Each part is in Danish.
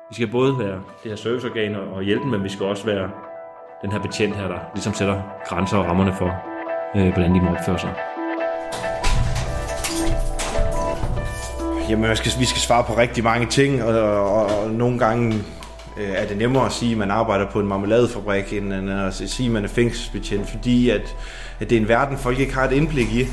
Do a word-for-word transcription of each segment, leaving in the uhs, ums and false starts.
Vi skal både være det her serviceorgan og hjælpen, men vi skal også være den her betjent her, der ligesom sætter grænser og rammerne for, øh, hvordan de må opføre sig. Jamen, vi skal, vi skal svare på rigtig mange ting, og, og, og nogle gange øh, er det nemmere at sige, at man arbejder på en marmeladefabrik, end at sige, at man er fængselsbetjent, fordi at, at det er en verden, folk ikke har et indblik i.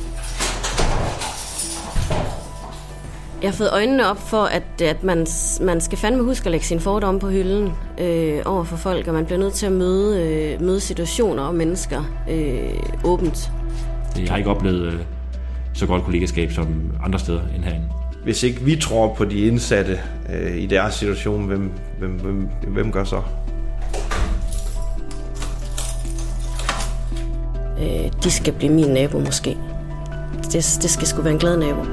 Jeg har fået øjnene op for, at, at man, man skal fandme huske at lægge sine fordomme på hylden øh, over for folk, og man bliver nødt til at møde, øh, møde situationer og mennesker øh, åbent. Jeg har ikke oplevet øh, så godt kollegaskab som andre steder end herinde. Hvis ikke vi tror på de indsatte øh, i deres situation, hvem, hvem, hvem, hvem gør så? Øh, de skal blive min nabo måske. Det, det skal sgu være en glad nabo.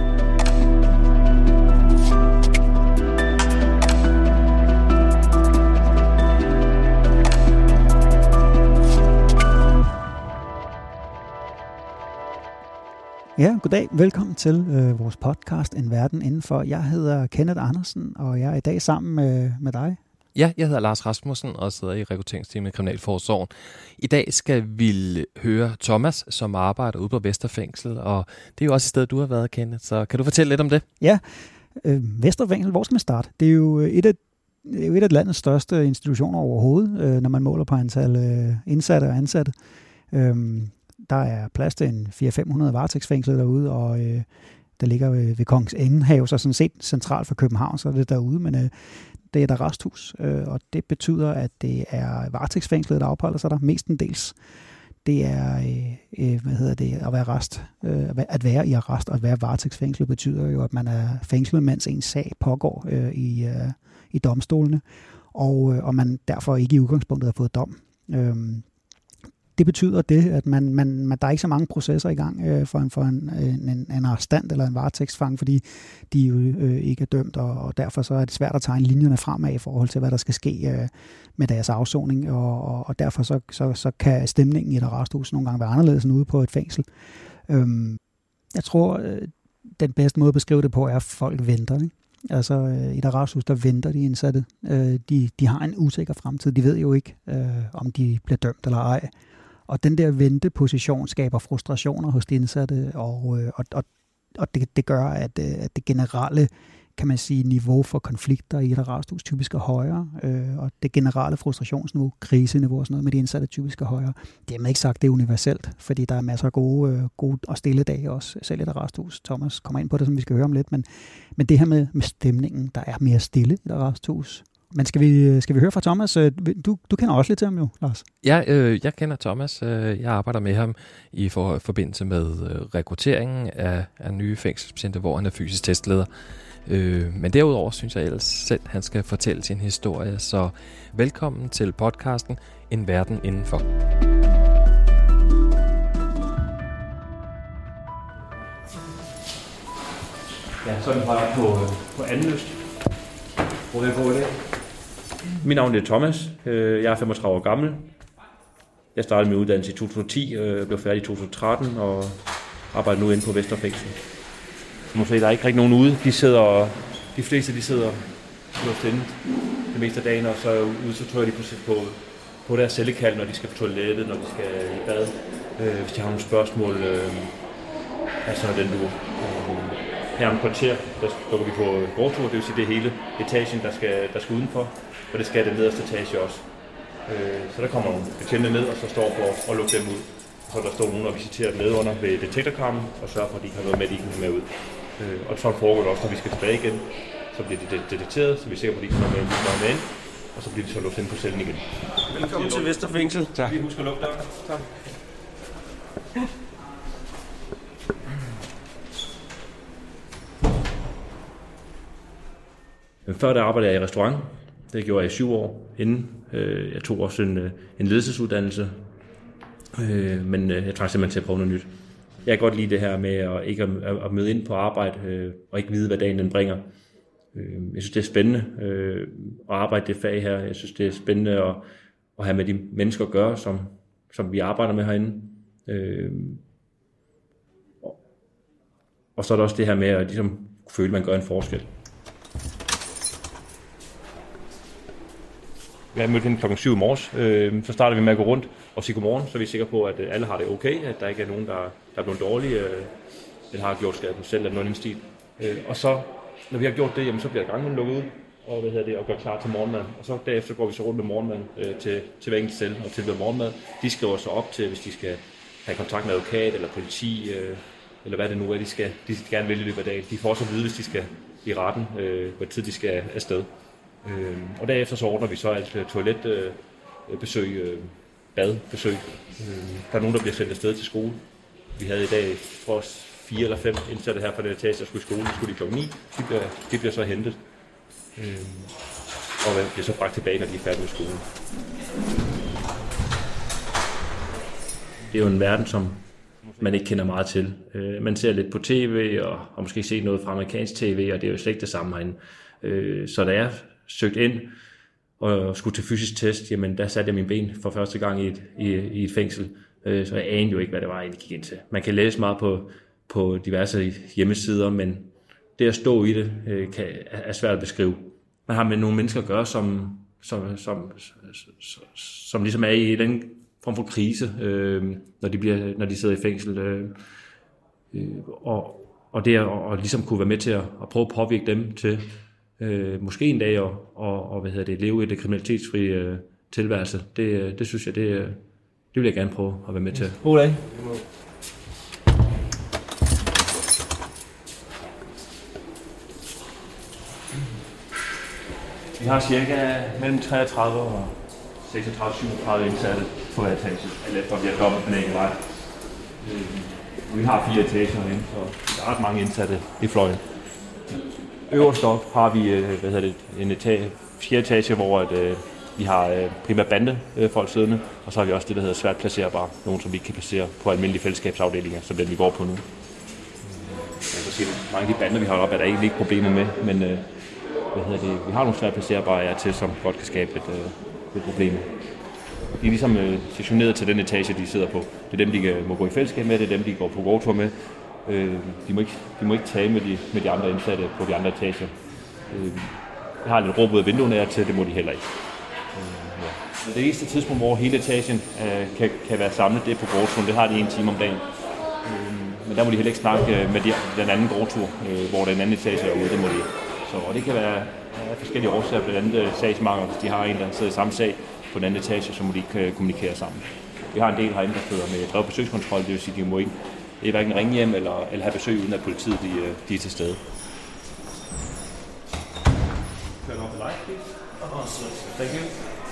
Ja, goddag. Velkommen til øh, vores podcast En Verden Indenfor. Jeg hedder Kenneth Andersen, og jeg er i dag sammen med, med dig. Ja, jeg hedder Lars Rasmussen og sidder i rekrutteringsteamet i Kriminalforsorgen. I dag skal vi høre Thomas, som arbejder ude på Vesterfængsel, og det er jo også et sted, du har været, Kenneth. Så kan du fortælle lidt om det? Ja, øh, Vesterfængsel, hvor skal man starte? Det er jo et af, det er jo et af landets største institutioner overhovedet, øh, når man måler på antal øh, indsatte og ansatte. Øh, Der er plads til en fire til fem hundrede varetægtsfængsler derude, og øh, der ligger ved, ved Kongens Enghave, så sådan set centralt for København, så er det derude, men øh, det er et arresthus, øh, og det betyder, at det er varetægtsfængslet, der opholder sig der mestendels. Det er, øh, øh, hvad hedder det, at være arrest, øh, at være i arrest og at være varetægtsfængslet betyder jo, at man er fængslet, mens ens sag pågår øh, i, øh, i domstolene, og, øh, og man derfor ikke i udgangspunktet har fået dom. Øh, Det betyder det, at man, man, man, der er ikke så mange processer i gang øh, for, en, for en, en, en arrestant eller en varetægtsfang, fordi de jo øh, ikke er dømt, og, og derfor så er det svært at tegne linjerne fremad i forhold til, hvad der skal ske øh, med deres afsoning, og, og, og derfor så, så, så kan stemningen i et arresthus nogle gange være anderledes end ude på et fængsel. Øhm, jeg tror, øh, den bedste måde at beskrive det på er, at folk venter, ikke? Altså øh, i et arresthus, der venter de indsatte. Øh, de, de har en usikker fremtid. De ved jo ikke, øh, om de bliver dømt eller ej. Og den der venteposition skaber frustrationer hos de indsatte, og, og, og, og det, det gør, at, at det generelle, kan man sige, niveau for konflikter i et arresthus typisk er højere, øh, og det generelle frustrationsniveau, kriseniveau og sådan noget med de indsatte typisk er højere. Det er ikke sagt, det er universelt, fordi der er masser af gode, gode og stille dage også, selv i et arresthus. Thomas kommer ind på det, som vi skal høre om lidt, men, men det her med, med stemningen, der er mere stille i et arresthus. Men skal vi, skal vi høre fra Thomas? Du, du kender også lidt til ham jo, Lars. Ja, øh, jeg kender Thomas. Jeg arbejder med ham i for, forbindelse med øh, rekrutteringen af, af nye fængselsbetjente, hvor han er fysisk testleder. Øh, men derudover synes jeg ellers selv, han skal fortælle sin historie. Så velkommen til podcasten En Verden Indenfor. Ja, så er vi på, på, på anden lyst. Hvor er jeg det? Mit navn er Thomas. Jeg er femogtredive år gammel. Jeg startede min uddannelse i to tusind og ti, blev færdig i to tusind og tretten og arbejder nu inde på Vesterfængsel. Du må se, der er ikke rigtig nogen ude. De sidder, de fleste de sidder låst inde det meste af dagen, og så ude så tror jeg de på, på, på deres cellekald, når de skal på toilettet, når de skal i bad. Hvis de har nogle spørgsmål, altså den du... Her om kvarter, der dukker vi på gårdtur, det vil sige, det er hele etagen, der skal, der skal udenfor, og det skal den nederste etage også. Øh, så der kommer nogle betjente ned, og så står for at lukke dem ud. Så der står nogen og visiterer nede under ved detektorkammen, og sørger for, at de ikke har noget med, at de ikke kan med ud. Øh, og sådan foregår det også, når vi skal tilbage igen. Så bliver de detekteret, så vi ser, hvor de kan med, med ind, og så bliver de så lukket ind på cellen igen. Velkommen til Vesterfængsel. Tak. Vi husker at lukke døren. Tak. Før der arbejdede jeg i restaurant. Det gjorde jeg i syv år inden. Jeg tog også en, en ledelsesuddannelse, men jeg trængte simpelthen til at prøve noget nyt. Jeg kan godt lide det her med at ikke at møde ind på arbejde og ikke vide, hvad dagen den bringer. Jeg synes, det er spændende at arbejde det fag her. Jeg synes, det er spændende at, at have med de mennesker at gøre, som, som vi arbejder med herinde. Og så er der også det her med at ligesom føle, at man gør en forskel. vi har mødt hende klokken syv i morges. Øh, så starter vi med at gå rundt og sige godmorgen, så vi er sikre på, at alle har det okay, at der ikke er nogen, der, der er blevet dårlige, øh, eller har gjort skaden selv eller noget i den stil. Øh, og så, når vi har gjort det, jamen, så bliver der gangen lukket ud, og, hvad hedder det, og gør klar til morgenmad. Og så derefter går vi så rundt med morgenmad øh, til, til hver enkelt celle og tilbyder morgenmad. De skriver så op til, hvis de skal have kontakt med advokat eller politi, øh, eller hvad det nu er, de skal, de skal gerne vælge i løbet af dagen. De får også at vide, hvis de skal i retten, øh, hvor tid de skal afsted. Øh, og derefter så ordner vi så alt toiletbesøg, øh, badbesøg. Øh, der er nogen, der bliver sendt afsted til skole. Vi havde i dag for fire eller fem indsatte her fra den etage, der skulle i skole. De skulle i klokken ni. De bliver, de bliver så hentet. Øh, og bliver så bragt tilbage, når de er færdige med skolen. Det er jo en verden, som man ikke kender meget til. Øh, man ser lidt på tv, og har måske set noget fra amerikansk tv, og det er jo slet ikke det samme herinde. Øh, så da jeg søgte ind og skulle til fysisk test, jamen der satte jeg mine ben for første gang i et, i, i et fængsel. Øh, så jeg anede jo ikke, hvad det var, jeg egentlig gik ind til. Man kan læse meget på, på diverse hjemmesider, men det at stå i det øh, kan, er svært at beskrive. Man har med nogle mennesker at gøre, som, som, som, som, som ligesom er i den form for krise, øh, når, de bliver, når de sidder i fængsel. Øh, øh, og, og det at, at ligesom kunne være med til at, at prøve at påvirke dem til øh, måske en dag at og, og, hvad hedder det, leve i det kriminalitetsfri øh, tilværelse, det, det synes jeg, det, det vil jeg gerne prøve at være med til. God dag. Vi har cirka mellem treogtredive og seksogtredive til syvogtredive indsatte på hver etage, eller efter vi har dobbelt på den ene vej. Vi har fire etager herinde, så der er ret mange indsatte i fløjen. Øverst op har vi hvad hedder det, en etage, fjerde etage, hvor at, øh, vi har primært bandefolk siddende, og så har vi også det, der hedder svært placerbare, nogen som vi ikke kan placere på almindelige fællesskabsafdelinger, som den vi går på nu. Jeg kan sige, mange af de bander, vi har oppe, er der egentlig ikke problemer med, men øh, hvad hedder det, vi har nogle svært placerbare jer til, som godt kan skabe et, øh, et problem. De er ligesom øh, stationeret til den etage, de sidder på. Det er dem, de kan, må gå i fællesskab med, det er dem, de går på gåtur med. Øh, de, må ikke, de må ikke tage med de, med de andre indsatte på de andre etager. Øh, jeg har lidt råb ud af vinduerne her til, det må de heller ikke. Øh, ja. Det eneste tidspunkt, hvor hele etagen øh, kan, kan være samlet, det er på gåturen. Det har de en time om dagen. Øh, men der må de heller ikke snakke med de, den anden gåtur, øh, hvor den anden etage er ude. Det må de. Så, og det kan være af forskellige årsager, blandt andet sagsmangel. Hvis de har en, der sidder i samme sag på den anden etage, så må de ikke kommunikere sammen. Vi har en del herinde, der fører med drevet besøgskontrol, det vil sige, at de må ikke Det er hverken ringe hjem eller, eller have besøg, uden at politiet de, de er til stede. Turn off the light, please. Thank you.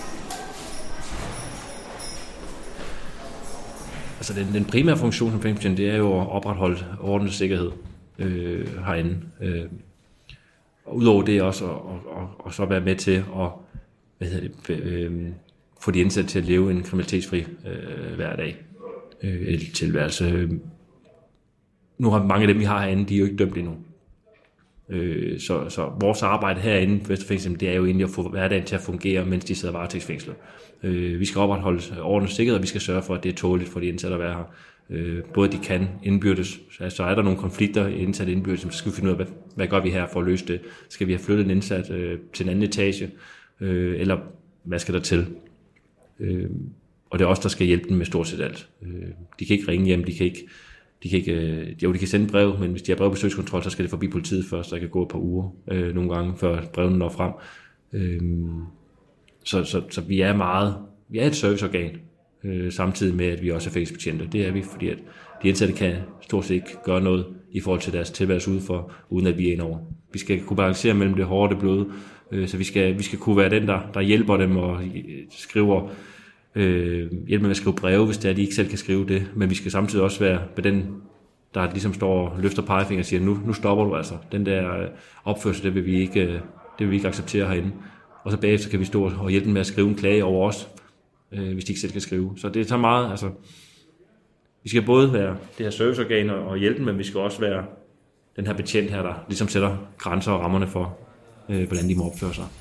Altså den, den primære funktion som fængselsbetjent, det er jo at opretholde orden og sikkerhed øh, herinde. Øh, og udover det også at og, og, og så være med til at hvad hedder det, øh, få de indsatte til at leve en kriminalitetsfri øh, hverdag. Øh, eller tilværelse. Øh, Nu har mange af dem, vi har herinde, de er jo ikke dømt endnu. Øh, så, så vores arbejde herinde på Vesterfængsel, det er jo egentlig at få hverdagen til at fungere, mens de sidder varetægtsfængslet. Øh, vi skal opretholde orden og sikkerhed, og vi skal sørge for, at det er tåligt for de indsatte at være her. Øh, både de kan indbyrdes, så er der nogle konflikter indsatte indbyrdes, så skal vi finde ud af, hvad, hvad gør vi her for at løse det? Skal vi have flyttet en indsat øh, til en anden etage, øh, eller hvad skal der til? Øh, og det er os, der skal hjælpe dem med stort set alt. Øh, de kan ikke ringe hjem, de kan ikke De kan ikke, jo, de kan sende brev, men hvis de har brevbesøgskontrol, så skal det forbi politiet først, så det kan gå et par uger øh, nogle gange, før brevene når frem. Øh, så, så, så vi er meget, vi er et serviceorgan, øh, samtidig med, at vi også er fængselsbetjente. Det er vi, fordi at de indsatte kan stort set ikke gøre noget i forhold til deres tilværelse udenfor, uden at vi er indover. Vi skal kunne balancere mellem det hårde og det bløde, øh, så vi skal, vi skal kunne være den, der, der hjælper dem og skriver, Øh, hjælpe med at skrive breve, hvis det er, de ikke selv kan skrive det, men vi skal samtidig også være med den, der ligesom står og løfter pegefinger og siger, nu, nu stopper du altså. Den der opførsel, det vil vi ikke, det vil vi ikke acceptere herinde. Og så bagefter kan vi stå og hjælpe dem med at skrive en klage over os, øh, hvis de ikke selv kan skrive. Så det tager meget, altså, vi skal både være det her serviceorgan og hjælpe dem, men vi skal også være den her betjent her, der ligesom sætter grænser og rammerne for, øh, hvordan de må opføre sig.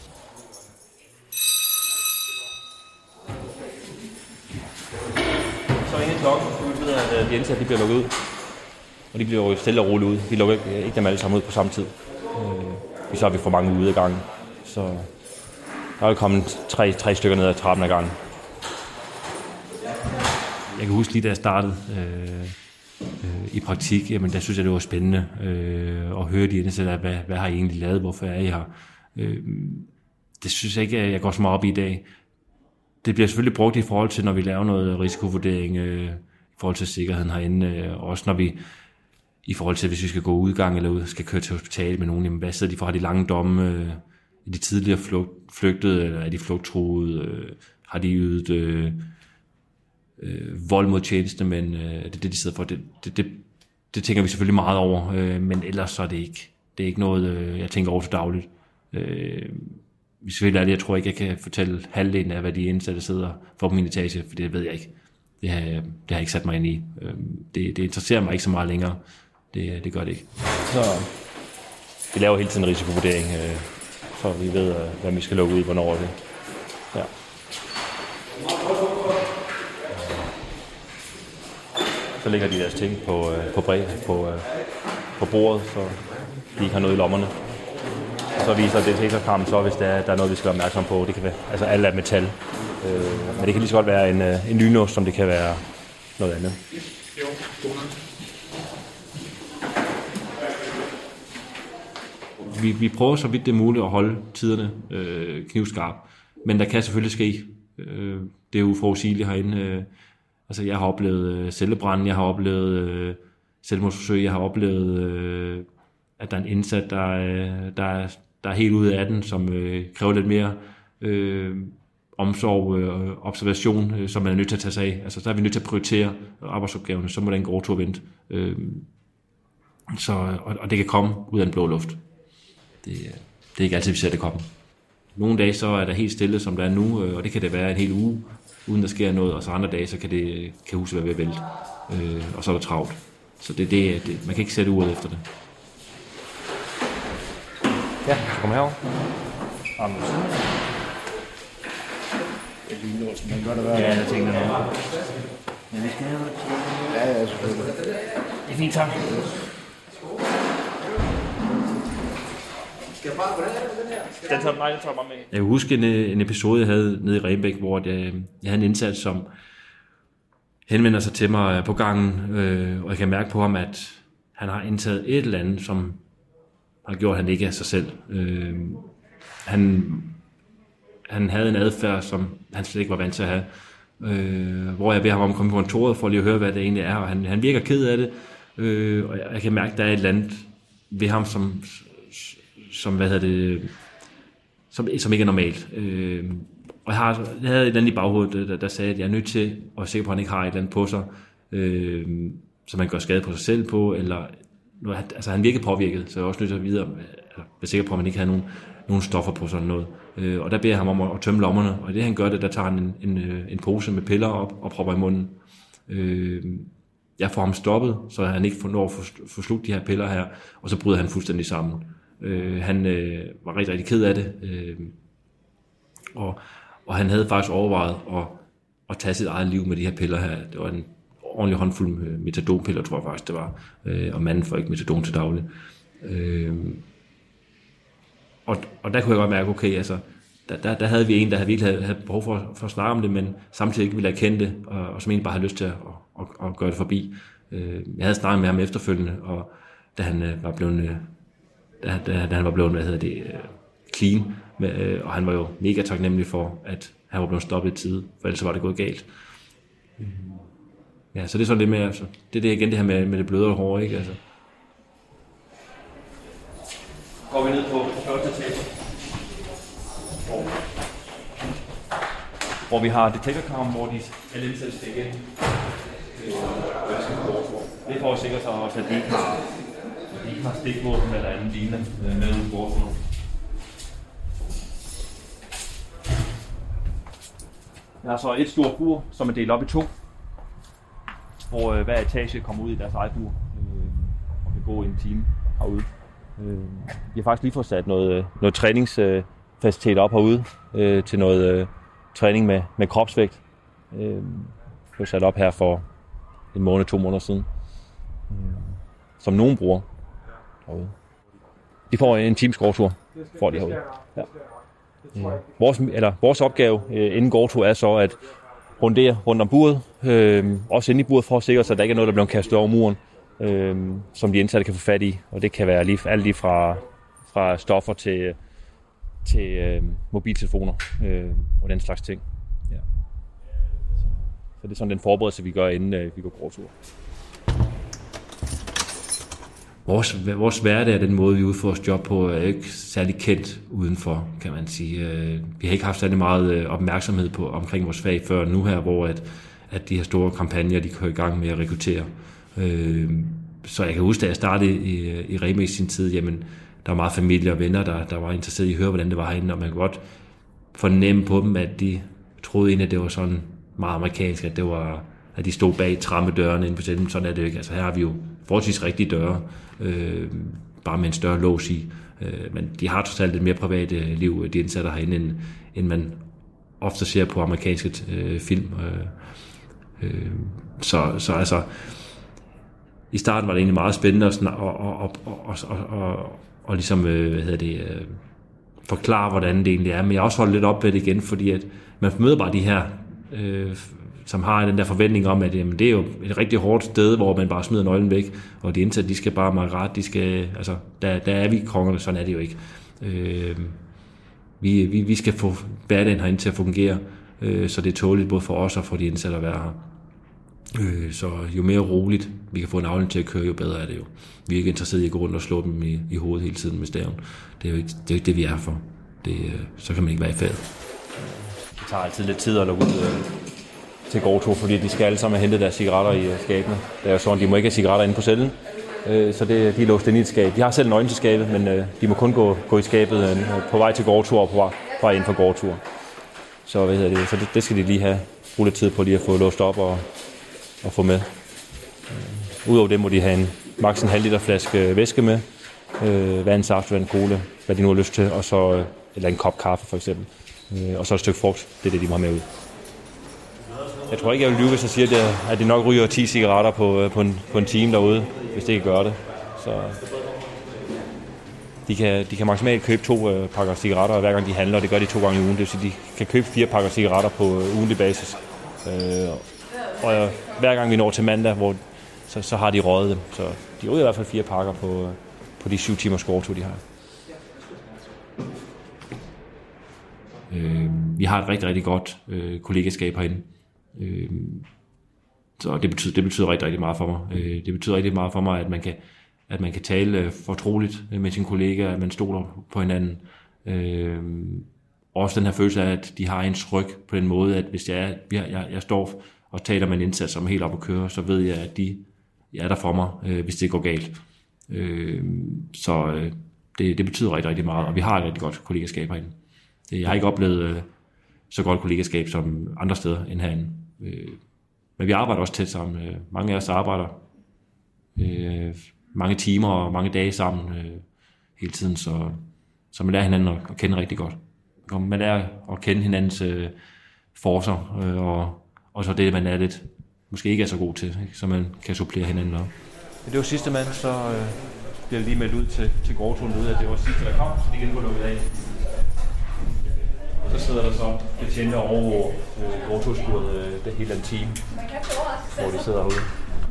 Klokken, så vi ved, at de indsatte de bliver lukket ud. Og de bliver jo stille og roligt ud. Vi lukker ikke dem alle sammen ud på samme tid. Øh, så har vi for mange ude af gangen. Så Der er kommet tre, tre stykker ned ad trappen ad gangen. Jeg kan huske lige da jeg startede øh, øh, i praktik, jamen der synes jeg det var spændende øh, at høre de indsatte, hvad, hvad har I egentlig lavet, hvorfor er I her? Øh, det synes jeg ikke, jeg går så meget op i i dag. Det bliver selvfølgelig brugt i forhold til, når vi laver noget risikovurdering, øh, i forhold til sikkerheden herinde, øh, også når vi, i forhold til, hvis vi skal gå udgang eller ud, skal køre til hospitalet med nogen, jamen hvad sidder de for, har de lange domme, øh, er de tidligere flugt, flygtet, eller er de flugttruede, øh, har de ydet øh, øh, vold mod tjenestemænd, øh, det er det, de sidder for, det, det, det, det tænker vi selvfølgelig meget over, øh, men ellers så er det ikke, det er ikke noget, øh, jeg tænker over så dagligt. Øh, Hvis jeg er det, jeg tror ikke, jeg kan fortælle halvdelen af, hvad de indsatte sidder for på min etage, for det ved jeg ikke. Det har, det har jeg ikke sat mig ind i. Det, det interesserer mig ikke så meget længere. Det, det gør det ikke. Så vi laver hele tiden en risikovurdering, så vi ved, hvad vi skal lukke ud, hvornår det. Ja. Så ligger de deres ting på, på, bred, på, på bordet, så de ikke har noget i lommerne. Så viser detektorkammen så, hvis der er, der er noget, vi skal være opmærksom på. Det kan være, altså alt er metal. Øh, men det kan lige så godt være en, en lynlås, som det kan være noget andet. Vi, vi prøver så vidt det er muligt at holde tiderne øh, knivskarp. Men der kan selvfølgelig ske. Øh, det er uforudsigeligt herinde. Øh, altså jeg har oplevet øh, cellebrand, jeg har oplevet øh, selvmordsforsøg, jeg har oplevet... Øh, at der er en indsat, der, der, der er helt ude af den, som øh, kræver lidt mere øh, omsorg og øh, observation, øh, som man er nødt til at tage sig af. Altså, så er vi nødt til at prioritere arbejdsopgaverne, så må der en gråtur vente. Øh, så, og, og det kan komme ud af den blå luft. Det, det er ikke altid, vi ser det komme. Nogle dage så er der helt stille, som der er nu, øh, og det kan det være en hel uge, uden der sker noget, og så andre dage, så kan, det, kan huset være ved at vælte, øh, og så er der travlt. Så det, det, det, man kan ikke sætte uret efter det. Ja, kom herover. Anders. Det er lynlåsen, men godt at være. Ja, jeg tænker noget. Ja, vi skal have noget. Ja, ja, selvfølgelig. Det er fint, tak. Skal jeg bare på den her? Den tager mig, den tager mig med. Jeg kan huske en, en episode, jeg havde nede i Rembæk, hvor jeg, jeg havde en indsat, som henvender sig til mig på gangen, øh, og jeg kan mærke på ham, at han har indtaget et eller andet, som har gjort, at han ikke er sig selv. Øh, han, han havde en adfærd, som han slet ikke var vant til at have. Øh, hvor jeg beder ham om at komme på kontoret for lige at høre, hvad det egentlig er. Og han, han virker ked af det. Øh, og jeg, jeg kan mærke, at der er et eller andet ved ham, som, som, hvad hedder det, som, som ikke er normalt. Øh, og jeg, har, jeg havde et eller andet i baghovedet, der, der sagde, at jeg er nødt til at være sikker på, at han ikke har et eller andet på sig, øh, som han gør skade på sig selv på, eller altså han virkede påvirket, så jeg er også nødt til at vide, at være sikker på, at man ikke havde nogen, nogen stoffer på sådan noget. Øh, og der beder jeg ham om at, at tømme lommerne, og det han gør det, der tager han en, en, en pose med piller op og propper i munden. Øh, jeg får ham stoppet, så han ikke får når at få slugt de her piller her, og så bryder han fuldstændig sammen. Øh, han øh, var rigtig, rigtig ked af det, øh, og, og han havde faktisk overvejet at, at tage sit eget liv med de her piller her. Det var en ordentlig håndfuld med metadonpiller, tror jeg faktisk det var, øh, og manden får ikke metadon til daglig. Øh, og, og der kunne jeg godt mærke, okay, altså, der, der, der havde vi en, der havde virkelig havde, havde behov for, for at snakke om det, men samtidig ikke ville erkende det, og, og som egentlig bare havde lyst til at, at, at, at gøre det forbi. Øh, jeg havde snakket med ham efterfølgende, og da han øh, var blevet, øh, da, da, da han var blevet, hvad hedder det, øh, clean, med, øh, og han var jo mega taknemmelig for, at han var blevet stoppet i tide, for ellers var det gået galt. Øh. Ja, så det er sådan lidt med, altså, det er det igen det her med, med det bløde og hårde, ikke, altså. Går vi ned på første etage, hvor vi har detektorkammer, hvor de alle indsatte skal igen. Det er for at sikre sig også, at de ikke har, de ikke har stikvåben eller anden lignende med ud i bordet. Jeg har så et stort bur, som er delt op i to, hvor øh, hver etage kommer ud i deres eget bur øh, og kan gå en time herude. Øh, vi har faktisk lige fået sat noget, noget træningsfacilitet op herude øh, til noget øh, træning med, med kropsvægt. Øh, det blev sat op her for en måned, to måneder siden, øh, som nogen bruger herude. De får en times gårdtur, får de herude. Ja. Vores, eller, vores opgave øh, inden gårdtur er så at rundere rundt om buret, øh, også inde i buret for at sikre sig, at der ikke er noget, der bliver kastet over muren, øh, som de indsatte kan få fat i. Og det kan være lige, alt lige fra, fra stoffer til, til øh, mobiltelefoner øh, og den slags ting. Ja. Så, så det er sådan den forberedelse, vi gør, inden øh, vi går gårdtur. Vores, vores hverdag er den måde, vi udfører vores job på, er ikke særlig kendt udenfor, kan man sige. Vi har ikke haft særlig meget opmærksomhed på omkring vores fag før nu her, hvor at, at de her store kampagner, de kører i gang med at rekruttere. Så jeg kan huske, da jeg startede i, i Rema i sin tid, jamen, der var meget familie og venner, der, der var interesseret i at høre, hvordan det var herinde, og man kunne godt fornemme på dem, at de troede egentlig, at det var sådan meget amerikansk, at det var... at de stod bag trammedørene inde på sætten. Sådan er det jo ikke. Altså her har vi jo forholdsvis rigtige døre, øh, bare med en større lås i. Øh, men de har totalt et mere privat øh, liv, de indsatte herinde, end, end man ofte ser på amerikanske øh, film. Øh, øh, så, så altså, i starten var det egentlig meget spændende at og, og, og, og, og, og, og ligesom, øh, hvad hedder det, øh, forklare, hvordan det egentlig er. Men jeg har også holdt lidt op ved det igen, fordi at man møder bare de her øh, som har den der forventning om, at jamen, det er jo et rigtig hårdt sted, hvor man bare smider nøglen væk, og de indsatte, de skal bare meget ret, de skal, altså, der, der er vi kongerne, sådan er det jo ikke. Øh, vi, vi, vi skal få hverdagen herinde til at fungere, øh, så det er tåligt både for os og for de indsatte at være her. Øh, så jo mere roligt vi kan få en afdeling til at køre, jo bedre er det jo. Vi er ikke interesseret i at gå rundt og slå dem i, i hovedet hele tiden med staven. Det er jo ikke det, er ikke det vi er for. Det, så kan man ikke være i faget. Det tager altid lidt tid at lukke ud øh, til gårdtur, fordi de skal alle sammen hente deres cigaretter i øh, skabene. Det er jo sådan, de må ikke have cigaretter inde på cellen, øh, så det, de er låst inde i et skab. De har selv nøglen til skabet, men øh, de må kun gå, gå i skabet øh, på vej til gårdtur og på vej, på vej ind for gårdtur. Så, hvad hedder det, så det, det skal de lige have brugt lidt tid på lige at få låst op og, og få med. Øh, Udover det må de have en maks en halv liter flaske væske med, øh, vand, saft, vand, cola, hvad de nu har lyst til, og så, øh, eller en kop kaffe for eksempel, øh, og så et stykke frugt. Det er det, de må have med ud. Jeg tror ikke, jeg vil lyve, hvis jeg siger, at de nok ryger ti cigaretter på, på, en, på en time derude, hvis det ikke gør det. Så de kan, de kan maksimalt købe to øh, pakker cigaretter, hver gang de handler, og det gør de to gange i ugen. Det vil sige, de kan købe fire pakker cigaretter på øh, ugentlig basis. Øh, og øh, hver gang vi når til mandag, hvor, så, så har de røget dem. Så de ryger i hvert fald fire pakker på, øh, på de syv timers gårdtur, de har. Øh, vi har et rigtig, rigtig godt øh, kollegaskab herinde. Øh, så det betyder, det betyder rigtig, rigtig meget for mig. Øh, det betyder rigtig meget for mig, at man kan, at man kan tale øh, fortroligt med sine kollegaer, at man stoler på hinanden. Øh, også den her følelse af, at de har ens ryg på den måde, at hvis jeg, er, jeg, jeg står og taler med en indsats, som er helt op at køre, så ved jeg, at de er der for mig, øh, hvis det går galt. Øh, så øh, det, det betyder rigtig, rigtig meget, og vi har et rigtig godt kollegaskab herinde. Jeg har ikke oplevet øh, så godt kollegaskab som andre steder end herinde. Øh, men vi arbejder også tæt sammen. Øh, mange af os arbejder øh, mange timer og mange dage sammen øh, hele tiden, så, så man lærer hinanden at, at kende rigtig godt. Man lærer at kende hinandens øh, forcer, øh, og, og så det, man er lidt, måske ikke er så god til, ikke? Så man kan supplere hinanden op. Det var sidste mand, så øh, bliver det lige meldt ud til, til gårdturen ud, at det var sidste, der kom, så de kan gå lukket af. Så sidder der så betjente over øh, gårdturskuret øh, det hele en time, hvor de sidder herude.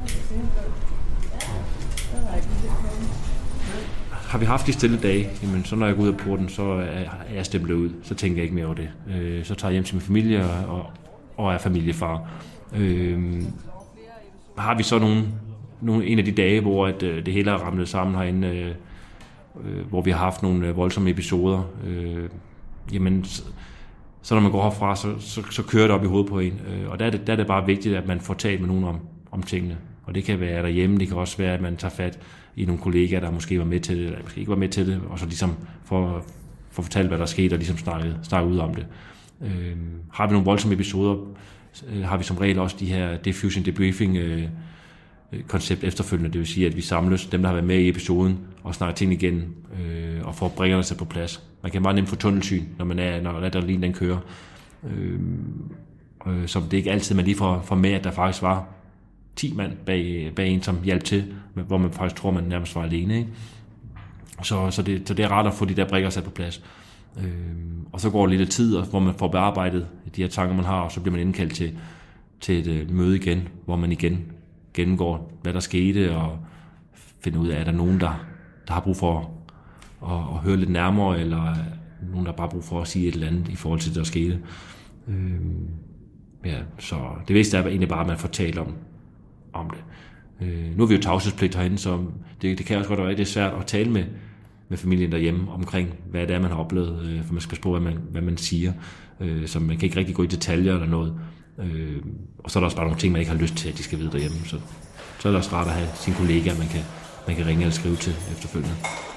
Har vi haft de stille dage, jamen, så når jeg går ud af porten, så er jeg stemplet ud. Så tænker jeg ikke mere over det. Øh, så tager jeg hjem til min familie og, og er familiefar. Øh, har vi så nogle, nogle, en af de dage, hvor at, øh, det hele er ramlet sammen herinde, øh, øh, hvor vi har haft nogle øh, voldsomme episoder, øh, jamen, så, så når man går herfra, så, så, så kører det op i hovedet på en. Øh, og der er, det, der er det bare vigtigt, at man får talt med nogen om, om tingene. Og det kan være derhjemme, det kan også være, at man tager fat i nogle kollegaer, der måske var med til det, eller måske ikke var med til det, og så ligesom får, får fortalt, hvad der er sket, og ligesom snakke, snakke ud om det. Øh, har vi nogle voldsomme episoder, øh, har vi som regel også de her diffusion debriefing øh, koncept efterfølgende, det vil sige, at vi samles, dem der har været med i episoden, og snakker ting igen, øh, og får bringerne sig på plads. Man kan meget nemt få tunnelsyn, når man er, når adrenalin den kører. Øh, øh, så det er ikke altid, man lige får, får med, at der faktisk var ti mand bag, bag en, som hjalp til, hvor man faktisk tror, man nærmest var alene. Ikke? Så, så, det, så det er rart at få de der brikker sat på plads. Øh, og så går der lidt tid, hvor man får bearbejdet de her tanker, man har, og så bliver man indkaldt til, til et øh, møde igen, hvor man igen gennemgår, hvad der skete, og finder ud af, er der nogen, der, der har brug for at, at høre lidt nærmere, eller nogen, der bare har brug for at sige et eller andet i forhold til det, der skete. Øh, ja, så det vigtigste er egentlig bare, at man får talt om, om det. Øh, nu er vi jo tavshedspligt herinde, så det, det kan også godt være rigtig svært at tale med, med familien derhjemme omkring, hvad det er, man har oplevet, øh, for man skal passe på, hvad man, hvad man siger, øh, så man kan ikke rigtig gå i detaljer eller noget. Øh, og så er der også bare nogle ting, man ikke har lyst til, at de skal vide derhjemme, så, så er det også rart at have sine kollegaer, man kan, man kan ringe eller skrive til efterfølgende.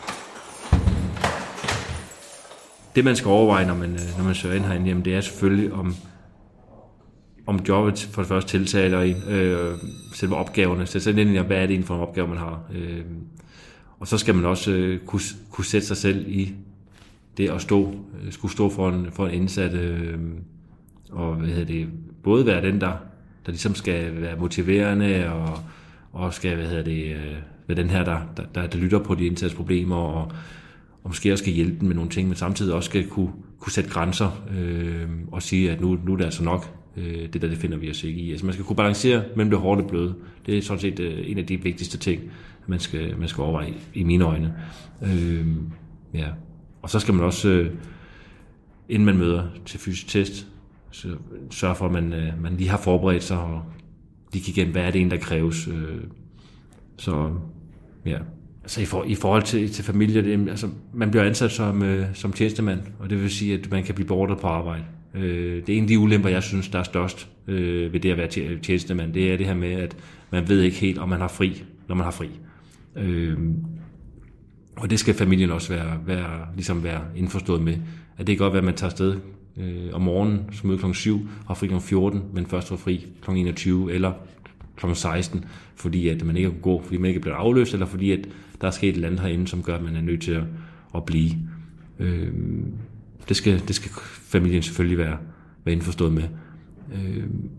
Det, man skal overveje, når man, når man søger ind herinde, jamen, det er selvfølgelig, om, om jobbet for det første tiltaler en, øh, selve opgaverne, så sådan hvad er det egentlig for en opgave, man har. Øh, og så skal man også øh, kunne, kunne sætte sig selv i det at stå, øh, skulle stå for en, for en indsat, øh, og hvad hedder det, både være den, der, der ligesom skal være motiverende, og, og skal, hvad hedder det, øh, være den her, der, der, der, der lytter på de indsattes problemer, og, og måske også skal hjælpe dem med nogle ting, men samtidig også skal kunne, kunne sætte grænser, øh, og sige, at nu, nu er det altså nok, øh, det der, det finder vi os ikke i. Altså man skal kunne balancere mellem det hårde og det bløde. Det er sådan set øh, en af de vigtigste ting, man skal, man skal overveje i, i mine øjne. Øh, ja. Og så skal man også, øh, inden man møder til fysisk test, så sørge for, at man, øh, man lige har forberedt sig, og lige kigge igennem, hvad er det egentlig, der kræves. Øh, så ja. Altså i, for, i forhold til, til familie, det, altså, man bliver ansat som, øh, som tjenestemand, og det vil sige, at man kan blive beordret på arbejde. Øh, det er en af de ulemper, jeg synes, der er størst øh, ved det at være tjenestemand. Det er det her med, at man ved ikke helt, om man har fri, når man har fri. Øh, og det skal familien også være, være, ligesom være indforstået med. At det kan godt være, at man tager afsted øh, om morgenen, som møder klokken syv, har fri klokken fjorten, men først får fri klokken enogtyve eller klokken seksten, fordi at man ikke kan gå, fordi man ikke er blevet afløst, eller fordi at der er sket et eller andet herinde, som gør, at man er nødt til at, at blive. Øh, det, skal, det skal familien selvfølgelig være, være indforstået med. Øh,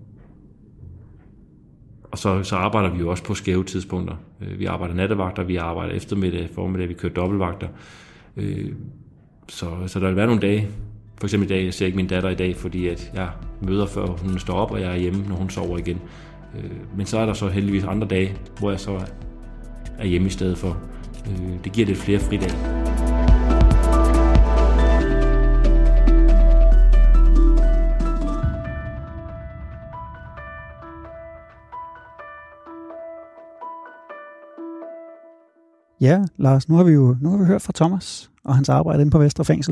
og så, så arbejder vi jo også på skæve tidspunkter. Øh, vi arbejder nattevagter, vi arbejder eftermiddag, formiddag, vi kører dobbeltvagter. Øh, så, så der vil være nogle dage, for eksempel i dag, jeg ser ikke min datter i dag, fordi at jeg møder før hun står op, og jeg er hjemme, når hun sover igen. Men så er der så heldigvis andre dage, hvor jeg så er hjemme i stedet for. Det giver lidt flere fridage. Ja, Lars, nu har vi jo nu har vi hørt fra Thomas og hans arbejde inde på Vestre Fængsel.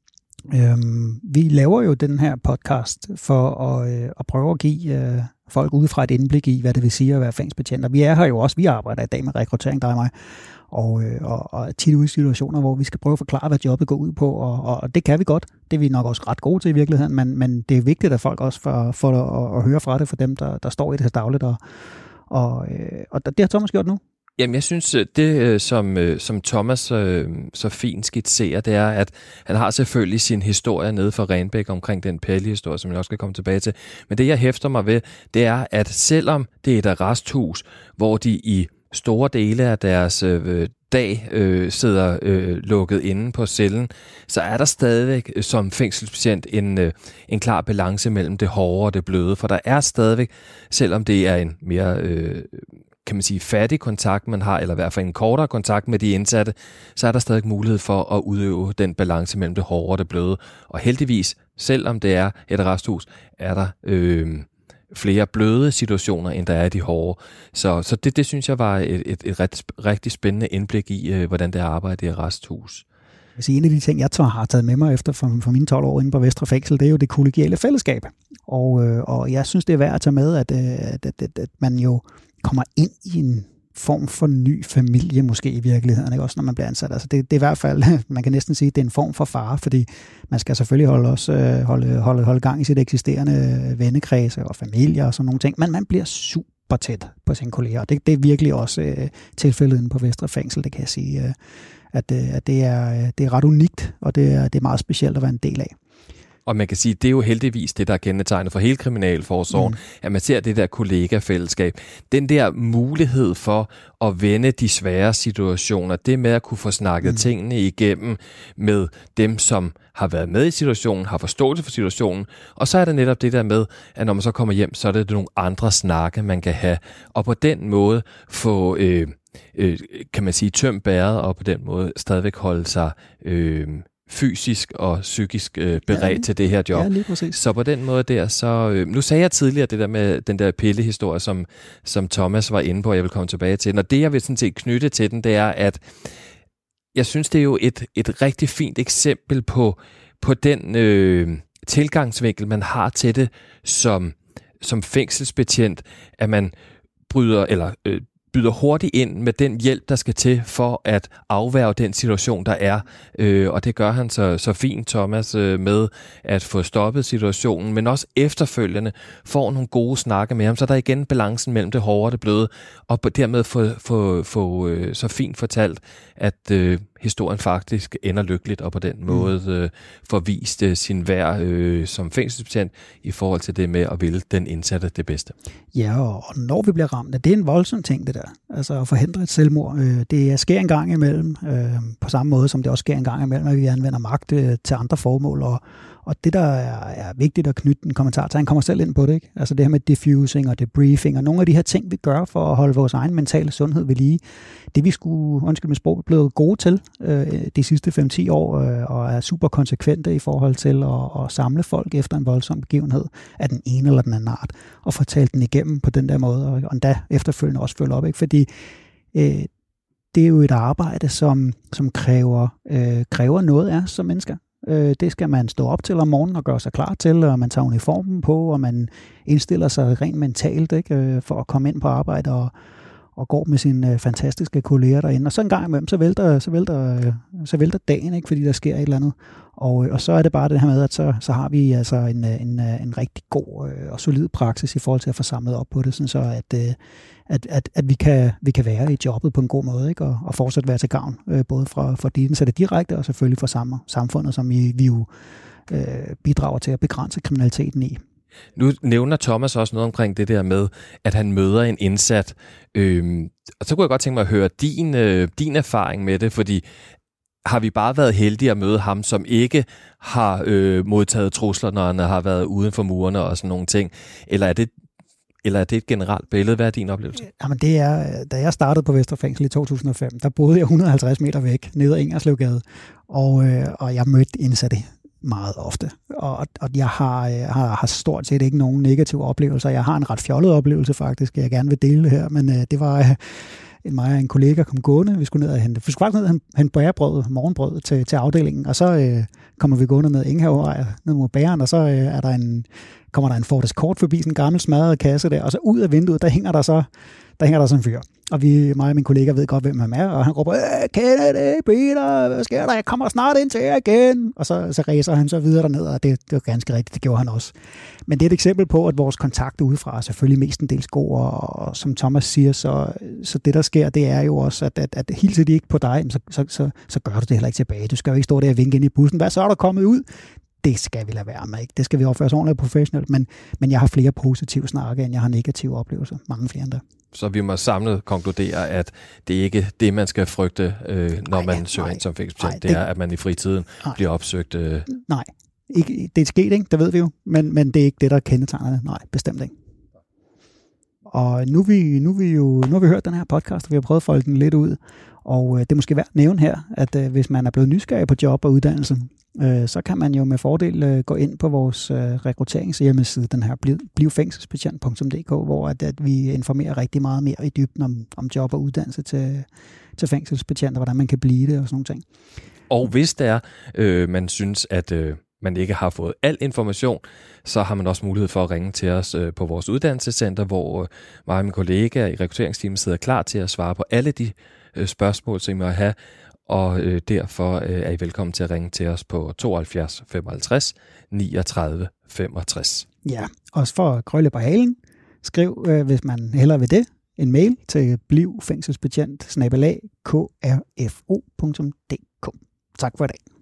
Øhm, vi laver jo den her podcast for at, øh, at prøve at give øh, folk udefra et indblik i, hvad det vil sige at være fængselsbetjent. Og vi er her jo også, vi arbejder i dag med rekruttering, dig og mig, og, øh, og, og tit ude i situationer, hvor vi skal prøve at forklare, hvad jobbet går ud på, og, og det kan vi godt. Det er vi nok også ret gode til i virkeligheden, men, men det er vigtigt, at folk også får, får at, at høre fra det, for dem, der, der står i det her dagligt, og, og, øh, og det har Thomas gjort nu. Jamen, jeg synes, det som, som Thomas så fint skitserer, det er, at han har selvfølgelig sin historie nede fra Renbæk omkring den Pelle-historie, som jeg også skal komme tilbage til. Men det, jeg hæfter mig ved, det er, at selvom det er et arresthus, hvor de i store dele af deres øh, dag øh, sidder øh, lukket inde på cellen, så er der stadigvæk som fængselsbetjent en, øh, en klar balance mellem det hårde og det bløde. For der er stadigvæk, selvom det er en mere... Øh, kan man sige, fattig kontakt, man har, eller i hvert fald en kortere kontakt med de indsatte, så er der stadig mulighed for at udøve den balance mellem det hårde og det bløde. Og heldigvis, selvom det er et arresthus, er der øh, flere bløde situationer, end der er de hårde. Så, så det, det synes jeg var et, et, et ret, rigtig spændende indblik i, øh, hvordan det er at arbejde i et arresthus. Altså, en af de ting, jeg tror, har taget med mig efter for, for mine tolv år inde på Vestre Fængsel, det er jo det kollegiale fællesskab. Og, øh, og jeg synes, det er værd at tage med, at, at, at, at, at man jo kommer ind i en form for ny familie, måske i virkeligheden, ikke? Også når man bliver ansat. Altså det, det er i hvert fald, man kan næsten sige, at det er en form for fare, fordi man skal selvfølgelig holde, også, holde, holde, holde gang i sit eksisterende vennekredse og familie og sådan nogle ting, men man bliver super tæt på sine kolleger, og det, det er virkelig også øh, tilfældet inde på Vestre Fængsel, det kan jeg sige, øh, at, øh, at det, er, det er ret unikt, og det er, det er meget specielt at være en del af. Og man kan sige, det er jo heldigvis det, der er kendetegnet for hele kriminalforsorgen, mm. at man ser det der kollegafællesskab. Den der mulighed for at vende de svære situationer, det med at kunne få snakket mm. tingene igennem med dem, som har været med i situationen, har forståelse for situationen, og så er det netop det der med, at når man så kommer hjem, så er det nogle andre snakke, man kan have, og på den måde få, øh, øh, kan man sige, tømt bæret, og på den måde stadigvæk holde sig øh, fysisk og psykisk øh, beredt ja, til det her job. Ja, lige præcis. Så på den måde der, så... Øh, nu sagde jeg tidligere det der med den der pillehistorie, som, som Thomas var inde på, og jeg vil komme tilbage til. Og det, jeg vil sådan set knytte til den, det er, at jeg synes, det er jo et, et rigtig fint eksempel på, på den øh, tilgangsvinkel, man har til det som, som fængselsbetjent, at man bryder, eller øh, byder hurtigt ind med den hjælp, der skal til for at afværge den situation, der er. Øh, og det gør han så, så fint, Thomas, øh, med at få stoppet situationen, men også efterfølgende får nogle gode snakke med ham, så der er igen balancen mellem det hårde og det bløde, og dermed få, få, få øh, så fint fortalt, at øh, historien faktisk ender lykkeligt, og på den måde øh, får vist øh, sin værd øh, som fængselsbetjent i forhold til det med at ville den indsatte det bedste. Ja, og når vi bliver ramt, det er en voldsom ting, det der. Altså at forhindre et selvmord. Øh, det sker en gang imellem, øh, på samme måde som det også sker en gang imellem, at vi anvender magt øh, til andre formål, og Og det, der er, er vigtigt at knytte en kommentar til, han kommer selv ind på det, ikke? Altså det her med diffusing og debriefing, og nogle af de her ting, vi gør for at holde vores egen mentale sundhed ved lige, det vi skulle, undskyld med sprog, blevet gode til øh, de sidste fem til ti år, øh, og er super konsekvente i forhold til at, at samle folk efter en voldsom begivenhed af den ene eller den anden art, og få talt den igennem på den der måde, og endda efterfølgende også følge op, ikke? Fordi øh, det er jo et arbejde, som, som kræver, øh, kræver noget af os som mennesker. Det skal man stå op til om morgenen og gøre sig klar til, og man tager uniformen på, og man indstiller sig rent mentalt, ikke, for at komme ind på arbejde og, og går med sine fantastiske kolleger derinde. Og så en gang imellem, så vælter, så vælter, så vælter dagen, ikke, fordi der sker et eller andet. Og, og så er det bare det her med, at så, så har vi altså en, en, en rigtig god og solid praksis i forhold til at få samlet op på det, sådan så at, at, at, at vi, kan, vi kan være i jobbet på en god måde, ikke, og, og fortsat være til gavn, både fra, fra de indsatte direkte og selvfølgelig fra sam, samfundet, som vi, vi jo øh, bidrager til at begrænse kriminaliteten i. Nu nævner Thomas også noget omkring det der med, at han møder en indsat. Øhm, og så kunne jeg godt tænke mig at høre din, øh, din erfaring med det, fordi har vi bare været heldige at møde ham, som ikke har øh, modtaget trusler, når han har været uden for murene og sådan nogle ting? Eller er det, eller er det et generelt billede? Hvad er din oplevelse? Jamen det er, da jeg startede på Vestre Fængsel i to tusind og fem, der boede jeg et hundrede og halvtreds meter væk, nede ad Ingerslevgade, og, øh, og jeg mødte indsatte meget ofte. Og, og jeg har, har, har stort set ikke nogen negative oplevelser. Jeg har en ret fjollet oplevelse faktisk, jeg gerne vil dele det her, men øh, det var... Øh, en mig og en kollega kom gående, vi skulle ned og hente, vi skulle faktisk ned og hente bærebrød, morgenbrød til, til afdelingen, og så øh, kommer vi gående ned Ingehavevej, ned mod bæren, og så øh, er der en, kommer der en Ford Escort forbi, sådan en gammel smadret kasse der, og så ud af vinduet, der hænger der så, der hænger der sådan en fyr. Og vi, mig og min kollega ved godt, hvem han er, og han råber, Kennedy, Peter, hvad sker der? Jeg kommer snart ind til jer igen. Og så, så ræser han så videre derned, og det, det var ganske rigtigt, det gjorde han også. Men det er et eksempel på, at vores kontakt udefra er selvfølgelig mestendels god, og, og som Thomas siger, så, så det der sker, det er jo også, at, at, at hilser de ikke på dig, så, så, så, så gør du det heller ikke tilbage. Du skal jo ikke stå der og vinke ind i bussen. Hvad så er der kommet ud? Det skal vi lade være med, ikke? Det skal vi opføre os ordentligt professionelt, men, men jeg har flere positive snakke, end jeg har negative oplevelser. Mange flere end der. Så vi må samlet konkludere, at det ikke er det, man skal frygte, øh, når nej, man søger ind som fængselsbetjent. Det, det er, at man i fritiden nej. bliver opsøgt. Øh... Nej, ikke, det er sket, ikke? Det ved vi jo, men, men det er ikke det, der kendetegner det. Nej, bestemt ikke. Og nu, vi, nu, vi jo, nu har vi hørt den her podcast, og vi har prøvet at folde den lidt ud. Og øh, det er måske værd at nævne her, at øh, hvis man er blevet nysgerrig på job og uddannelse, øh, så kan man jo med fordel øh, gå ind på vores øh, rekrutteringshjemmeside, den her bliv fængselsbetjent punktum d k, hvor at, at vi informerer rigtig meget mere i dybden om, om job og uddannelse til, til fængselsbetjenter, hvordan man kan blive det og sådan nogle ting. Og hvis det er, øh, man synes, at øh, man ikke har fået al information, så har man også mulighed for at ringe til os øh, på vores uddannelsescenter, hvor øh, mig og mine kollegaer i rekrutteringsteamet sidder klar til at svare på alle de øh, spørgsmål, som I må have, og øh, derfor øh, er I velkommen til at ringe til os på tooghalvfjerds femoghalvtreds niogtredive femogtres. Ja, også for at krølle på halen. Skriv, øh, hvis man hellere vil det, en mail til bliv fængselsbetjent bindestreg k r f o punktum d k. Tak for i dag.